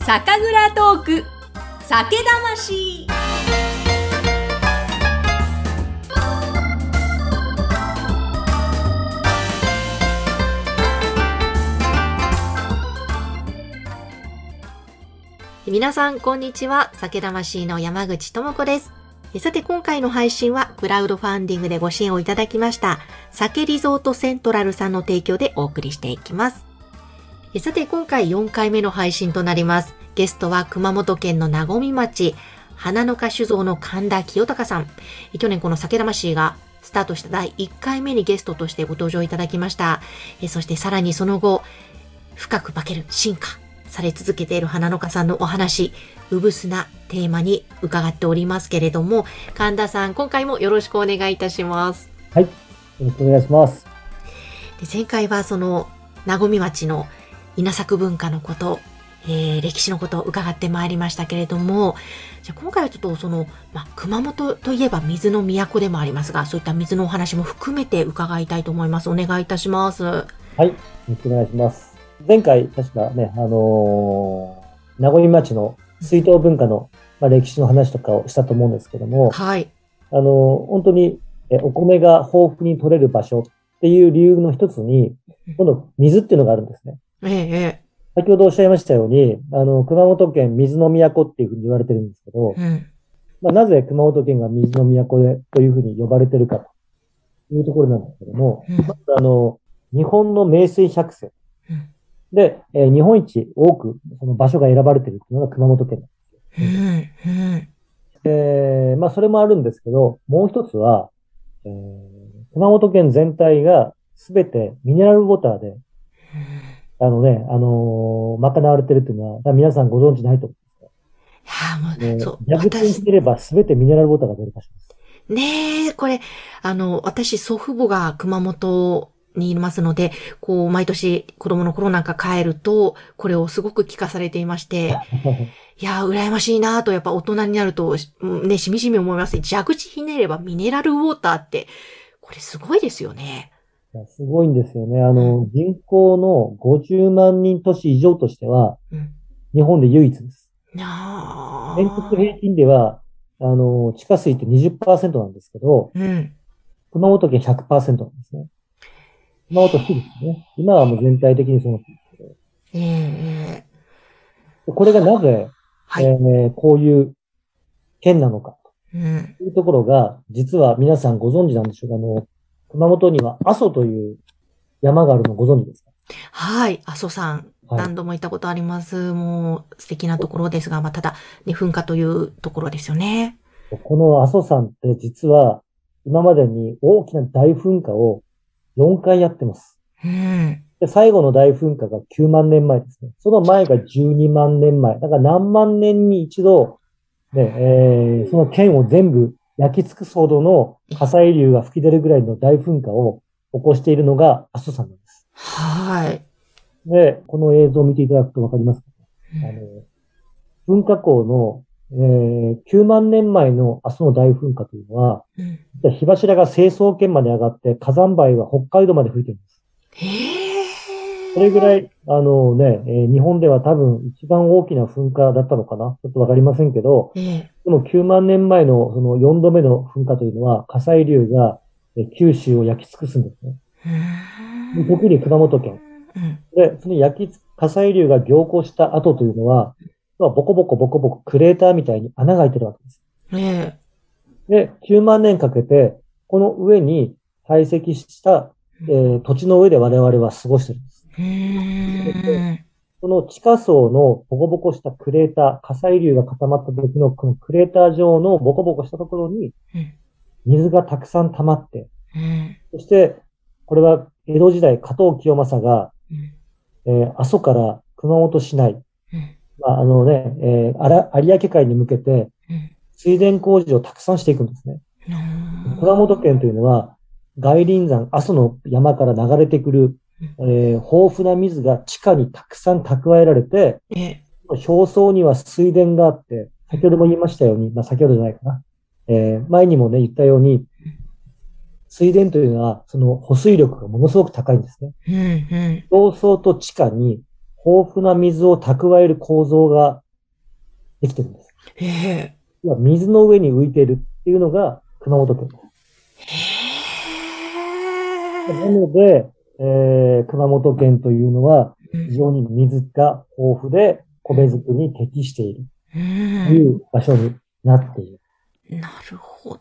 酒蔵トーク酒魂。皆さんこんにちは。酒魂の山口智子です。さて今回の配信はクラウドファンディングでご支援をいただきました酒リゾートセントラルさんの提供でお送りしていきます。さて今回4回目の配信となります。ゲストは熊本県の和水町花の花酒造の神田清隆さん。去年この酒魂がスタートした第1回目にゲストとしてご登場いただきました。そしてさらにその後深く化ける進化され続けている花の花さんのお話、うぶすなテーマに伺っておりますけれども、神田さん今回もよろしくお願いいたします。 はい、よろしくお願いします。 で前回はその和水町の稲作文化のこと、歴史のことを伺ってまいりましたけれども、じゃあ今回はちょっとその、熊本といえば水の都でもありますが、そういった水のお話も含めて伺いたいと思います。お願いいたします。 はい、よろしくお願いします。前回確かね、和水町の水筒文化の、歴史の話とかをしたと思うんですけども、 はい。 本当にお米が豊富に取れる場所っていう理由の一つに、この水っていうのがあるんですね。先ほどおっしゃいましたように、熊本県水の都っていうふうに言われてるんですけど、なぜ熊本県が水の都でというふうに呼ばれてるかというところなんですけども、まず日本の名水百選で、日本一多くその場所が選ばれているというのが熊本県なんですよ。それもあるんですけど、もう一つは、熊本県全体がすべてミネラルウォーターで、賄われているというのは、皆さんご存知ないと思うんですよ。蛇口にしてればすべてミネラルウォーターが出る場所です。 ねえ、これ、私、祖父母が熊本にいますので、毎年子供の頃なんか帰ると、これをすごく聞かされていまして、いやー、羨ましいなーと、やっぱ大人になると、ね、しみじみ思います。蛇口ひねればミネラルウォーターって、これすごいですよね。 すごいんですよね。人口の50万人都市以上としては、日本で唯一です。全国平均では、地下水って 20% なんですけど、熊本県 100% なんですね。熊本市ですね。今はもう全体的にそうなってるんですけど、これがなぜ、こういう県なのかというところが、実は皆さんご存知なんでしょうか。熊本には阿蘇という山があるのご存知ですか？ はい、阿蘇山、何度も行ったことあります。もう素敵なところですが、ただ、ね、噴火というところですよね。 この阿蘇山って実は今までに大きな大噴火を4回やってます。で最後の大噴火が9万年前ですね。その前が12万年前。だから何万年に一度、ねその県を全部焼き尽くすほどの火砕流が吹き出るぐらいの大噴火を起こしているのが阿蘇山なんです。 はい。 で、この映像を見ていただくとわかりますか？噴火口の、9万年前の阿蘇の大噴火というのは、火柱が成層圏まで上がって火山灰は北海道まで吹いてるんです。それぐらい、日本では多分一番大きな噴火だったのかなちょっとわかりませんけど、でも9万年前のその4度目の噴火というのは火砕流が九州を焼き尽くすんですね。特に熊本県。で、その火砕流が凝固した後というのは、ボコボコボコボコクレーターみたいに穴が開いてるわけです。で、9万年かけて、この上に堆積した、土地の上で我々は過ごしてるんです。その地下層のボコボコしたクレーター、火砕流が固まった時のこのクレーター状のボコボコしたところに、水がたくさん溜まって、そして、これは江戸時代、加藤清正が、阿蘇から熊本市内、有明海に向けて、水田工事をたくさんしていくんですね。熊本県というのは、外輪山、阿蘇の山から流れてくる、豊富な水が地下にたくさん蓄えられて、表層には水田があって、先ほども言いましたように、先ほどじゃないかな。前にもね、言ったように、水田というのは、その保水力がものすごく高いんですね。表層と地下に豊富な水を蓄える構造ができてるんです。 へえ。 水の上に浮いているっていうのが熊本県です。なので、熊本県というのは非常に水が豊富で米作りに適しているという場所になっている。 なるほ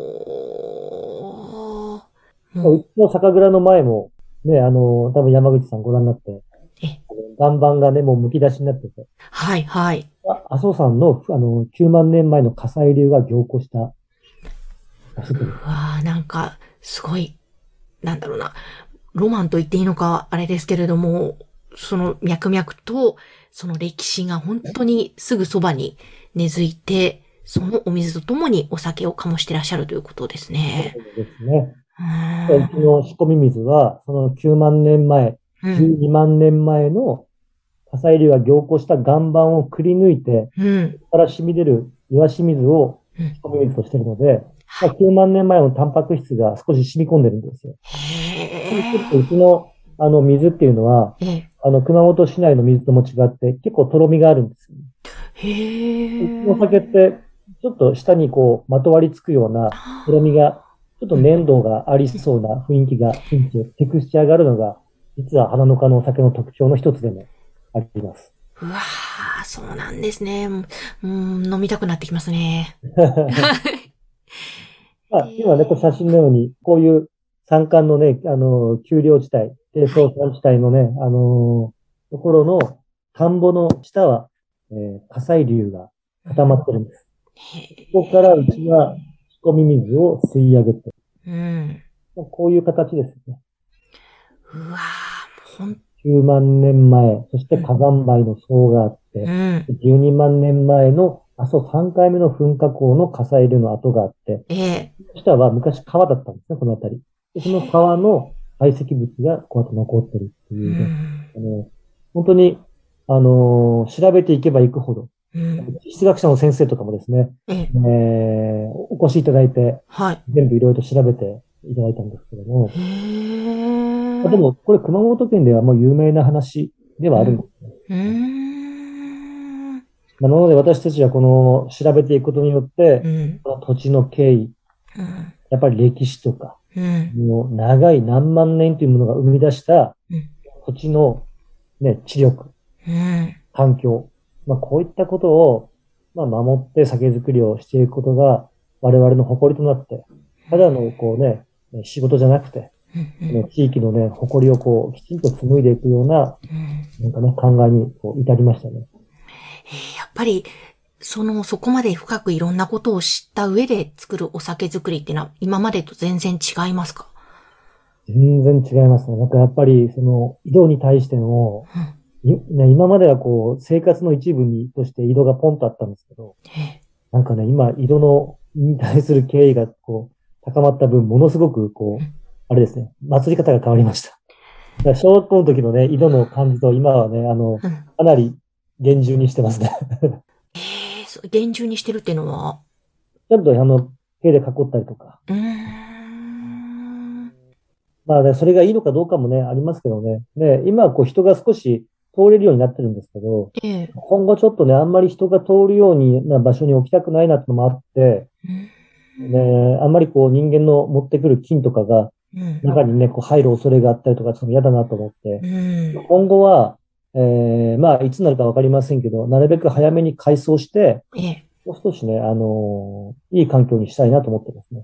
ど。 うちの酒蔵の前も、ね、多分山口さんご覧になって、岩盤がね、もう剥き出しになってて。 はい、はい。 阿蘇山の、9万年前の火砕流が凝固した場所です。 うわぁ、なんか、すごい、なんだろうな、ロマンと言っていいのか、あれですけれども、その脈々と、その歴史が本当にすぐそばに根付いて、そのお水とともにお酒を醸してらっしゃるということですね。 そうですね。うちの仕込み水は、その9万年前、12万年前の火砕流が凝固した岩盤をくり抜いて、そこから染み出る岩清水を仕込み水としているので、9万年前のタンパク質が少し染み込んでるんですよ。うちの水っていうのは、熊本市内の水とも違って結構とろみがあるんですよね。うちのお酒って、ちょっと下にこう、まとわりつくようなとろみが、ちょっと粘度がありそうな雰囲気が、テクスチャーがあるのが、実は花の花のお酒の特徴の一つでもあります。 うわぁ、そうなんですね。飲みたくなってきますね。 今ね、写真のように、こういう山間のね、丘陵地帯、低層山地帯のね、ところの田んぼの下は、火砕流が固まってるんです。ここからうちは仕込み水を吸い上げて、こういう形ですね。 うわぁ、 9万年前、そして火山灰の層があって、12万年前の阿蘇3回目の噴火口の火砕流の跡があって、下は昔川だったんですね、この辺り。でその川の堆積物がこうやって残ってるっていうね、本当に、調べていけばいくほど、地質学者の先生とかもですね、お越しいただいて、全部いろいろと調べていただいたんですけども、でも、これ熊本県ではもう有名な話ではあるんですね。なので私たちはこの調べていくことによって、この土地の経緯、やっぱり歴史とか、もう長い何万年というものが生み出した土地の、ね、知力、環境、こういったことを、守って酒造りをしていくことが我々の誇りとなって、ただのこうね、仕事じゃなくて、地域のね、誇りをこう、きちんと紡いでいくような、なんかね、考えにこう至りましたね。 やっぱり、そこまで深くいろんなことを知った上で作るお酒作りっていうのは、今までと全然違いますか？ 全然違いますね。なんかやっぱり、井戸に対しての、今まではこう、生活の一部にとして井戸がポンとあったんですけど、なんかね、今、井戸に対する敬意がこう、高まった分、ものすごくこう、あれですね、祭り方が変わりました。小学校の時のね、井戸の感じと今はね、かなり厳重にしてますね。 厳重にしてるっていうのはちゃんと手で囲ったりとか。それがいいのかどうかもね、ありますけどね。で、今はこう人が少し通れるようになってるんですけど、今後ちょっとね、あんまり人が通るような場所に置きたくないなってのもあって、あんまりこう人間の持ってくる菌とかが、中にね、こう入る恐れがあったりとか、嫌だなと思って、今後は、いつになるかわかりませんけど、なるべく早めに改装して、もう少しね、いい環境にしたいなと思ってますね。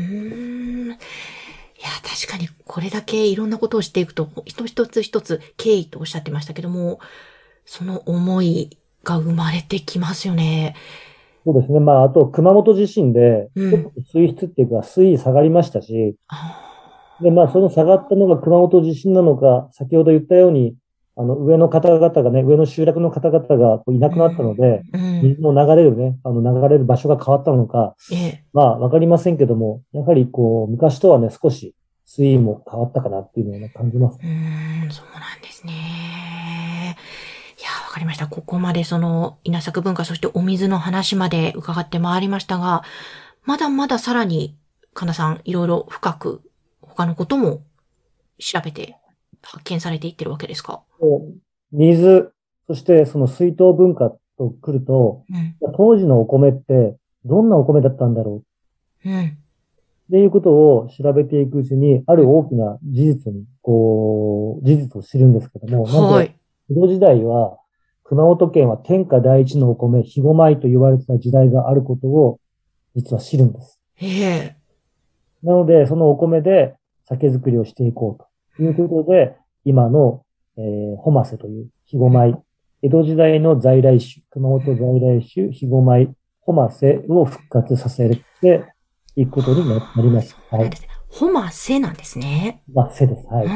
いや、確かにこれだけいろんなことをしていくと、一つ一つ経緯とおっしゃってましたけども、その思いが生まれてきますよね。 そうですね。あと、熊本地震で、ちょっと水質っていうか、水位下がりましたし、で、その下がったのが熊本地震なのか、先ほど言ったように、上の方々がね、上の集落の方々がこういなくなったので、水の流れるね、流れる場所が変わったのか、わかりませんけども、やはりこう、昔とはね、少し水位も変わったかなっていうのを、ね、感じます。 そうなんですね。いや、わかりました。ここまで稲作文化、そしてお水の話まで伺ってまいりましたが、まだまださらに、神田さん、いろいろ深く、他のことも調べて、発見されていってるわけですか？ 水、そしてその水筒文化と来ると、当時のお米ってどんなお米だったんだろうっていうことを調べていくうちに、ある大きな事実を知るんですけども、なんで、江戸時代は、熊本県は天下第一のお米、肥後米と言われてた時代があることを、実は知るんです。なので、そのお米で酒造りをしていこうということで、今の、ホマセという肥後米、江戸時代の在来種、熊本在来種、肥後米、ホマセを復活させていくことになります。はい。 ホマセなんですね。 ホマセです。はい。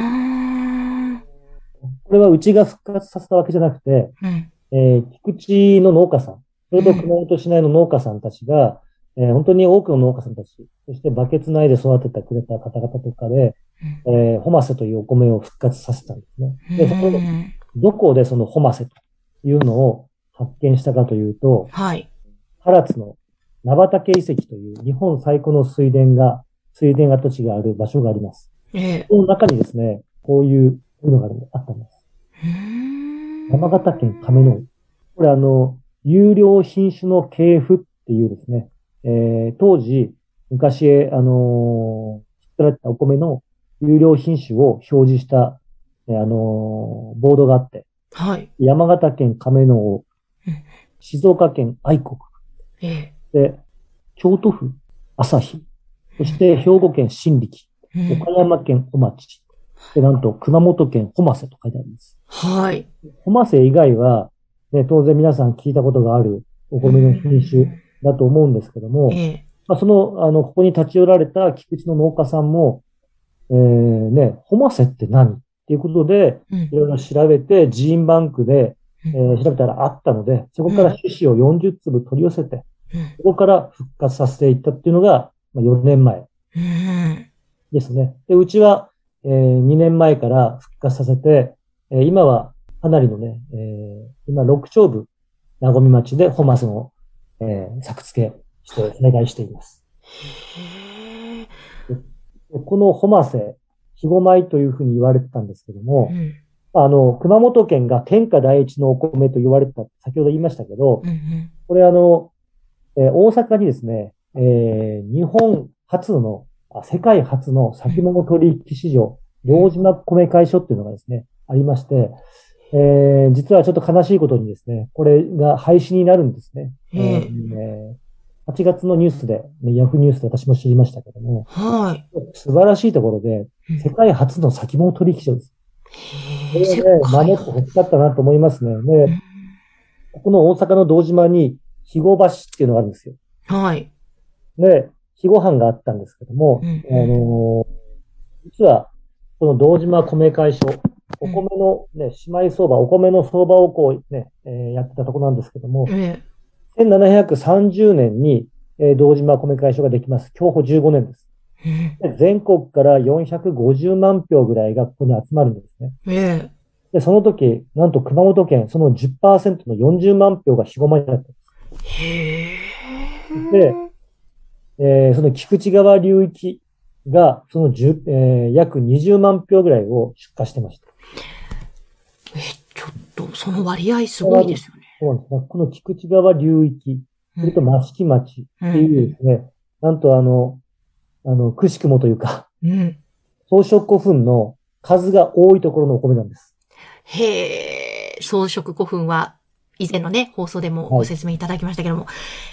これはうちが復活させたわけじゃなくて、菊池の農家さん、それと熊本市内の農家さんたちが、本当に多くの農家さんたち、そしてバケツ内で育ててくれた方々とかで、ホマセというお米を復活させたんですね。で、そこで、どこでそのホマセというのを発見したかというと、唐津の菜畑遺跡という日本最古の水田跡地がある場所があります。その中にですね、こういうのがあったんです。山形県亀の井。これ優良品種の系譜っていうですね、当時、昔、作られたお米の優良品種を表示した、ボードがあって、山形県亀の尾、静岡県愛国、で、京都府旭、そして兵庫県新力、岡山県小町、で、なんと熊本県ホマセと書いてあります。ホマセ以外は、ね、当然皆さん聞いたことがあるお米の品種だと思うんですけども、ここに立ち寄られた菊池の農家さんも、ホマセって何っていうことで、いろいろ調べて、ジーンバンクで、調べたらあったので、そこから種子を40粒取り寄せて、そこから復活させていったっていうのが、4年前ですね。で、うちは、2年前から復活させて、今はかなりのね、今6丁部、名古屋町でホマセの、作付けしてお願いしています。このホマセ、肥後米というふうに言われてたんですけども、熊本県が天下第一のお米と言われてた、先ほど言いましたけど、これ大阪にですね、日本初の、世界初の先物取引市場、堂島米会所っていうのがですね、ありまして、実はちょっと悲しいことにですね、これが廃止になるんですね。8月のニュースで、ヤフーニュースで私も知りましたけども、素晴らしいところで、世界初の先物取引所です。これをね、守ってほしかったなと思いますね。で、この大阪の堂島に、肥後橋っていうのがあるんですよ。で、肥後藩があったんですけども、実は、この堂島米会所、お米のね、姉妹相場、お米の相場をこうね、やってたところなんですけども、1730年に、堂島米会所ができます。享保15年です。全国から450万票ぐらいがここに集まるんですね。で、その時、なんと熊本県、その 10% の40万票が肥後米になったんです。で、その菊池川流域が、その約20万票ぐらいを出荷してました。 ちょっと、その割合すごいですよね。 そうなんです。この菊池川流域、それと益城町っていうですね、なんとくしくもというか、装飾古墳の数が多いところのお米なんです。 装飾古墳は、以前のね、放送でもご説明いただきましたけども。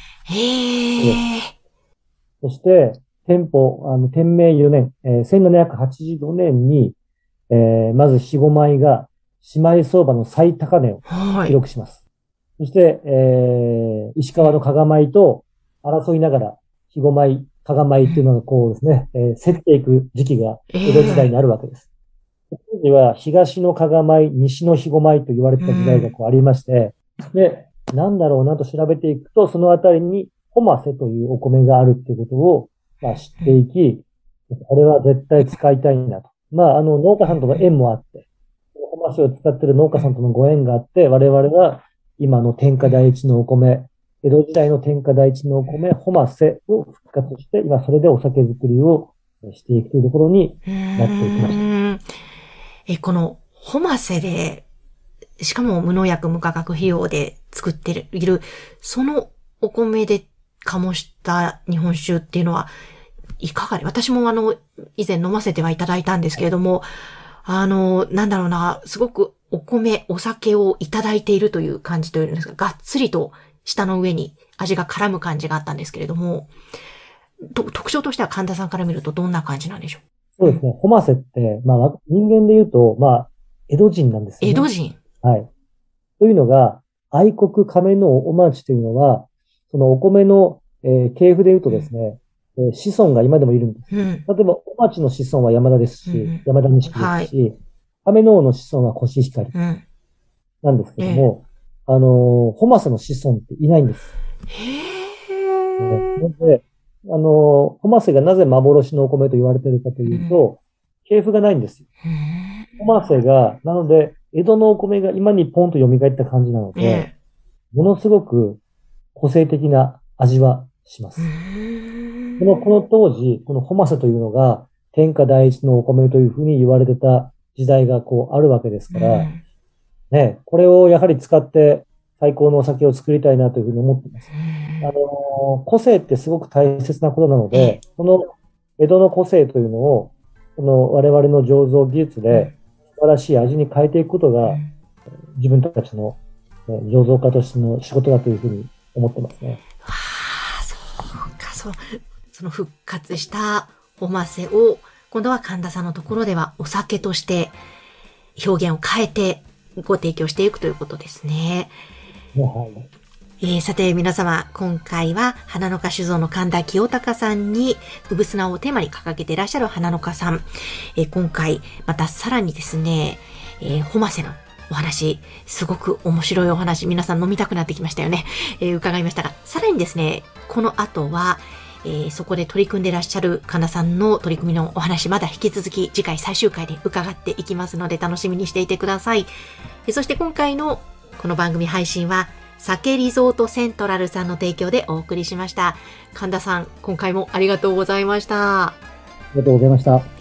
そして、天明4年、1785年に、まず肥後米が姉妹相場の最高値を記録します。そして、石川の加賀米と争いながら、肥後米、加賀米っていうのがこうですね、競っていく時期が江戸時代にあるわけです。当時は東の加賀米、西の肥後米と言われてた時代がこうありまして、で、なんだろうなと調べていくと、そのあたりにホマセというお米があるっていうことを、知っていき、これは絶対使いたいなと。農家さんとの縁もあって、ホマセを使っている農家さんとのご縁があって、我々は今の天下第一のお米、江戸時代の天下第一のお米、ホマセを復活して、今それでお酒作りをしていくというところになっていきました。 このホマセでしかも無農薬無化学肥料で作っている、そのお米で醸した日本酒っていうのは、いかがで、私も以前飲ませてはいただいたんですけれども、なんだろうな、すごくお酒をいただいているという感じというんですか、がっつりと舌の上に味が絡む感じがあったんですけれども、特徴としては神田さんから見るとどんな感じなんでしょそうですね。ホマセって、人間で言うと、江戸人なんですよね。 江戸人。 はい。というのが、愛国亀のおまちというのは、そのお米の、系譜で言うとですね、子孫が今でもいるんです。例えば、おまちの子孫は山田ですし、山田錦ですし、亀の王の子孫はコシヒカリなんですけども、ホマセの子孫っていないんです。で、ホマセがなぜ幻のお米と言われているかというと、系譜がないんですよ。ホマセが、なので、江戸のお米が今にポンと蘇った感じなので、ものすごく個性的な味はします。この当時、このホマセというのが天下第一のお米というふうに言われてた時代があるわけですから、ね、これをやはり使って最高のお酒を作りたいなというふうに思っています。個性ってすごく大切なことなので、この江戸の個性というのを、この我々の醸造技術で素晴らしい味に変えていくことが、自分たちの醸造家としての仕事だというふうに思ってますね。 そうか、その復活したホマセを、今度は神田さんのところではお酒として表現を変えてご提供していくということですね。 はい。 さて皆様、今回は花の花酒造の神田清隆さんに、うぶすなをテーマに掲げていらっしゃる花の花さん。今回、またさらにですね、ホマセのお話、すごく面白いお話、皆さん飲みたくなってきましたよね。伺いましたが、さらにですね、この後は、そこで取り組んでいらっしゃる神田さんの取り組みのお話、まだ引き続き次回最終回で伺っていきますので楽しみにしていてください。そして今回のこの番組配信は、酒リゾートセントラルさんの提供でお送りしました。神田さん、今回もありがとうございました。 ありがとうございました。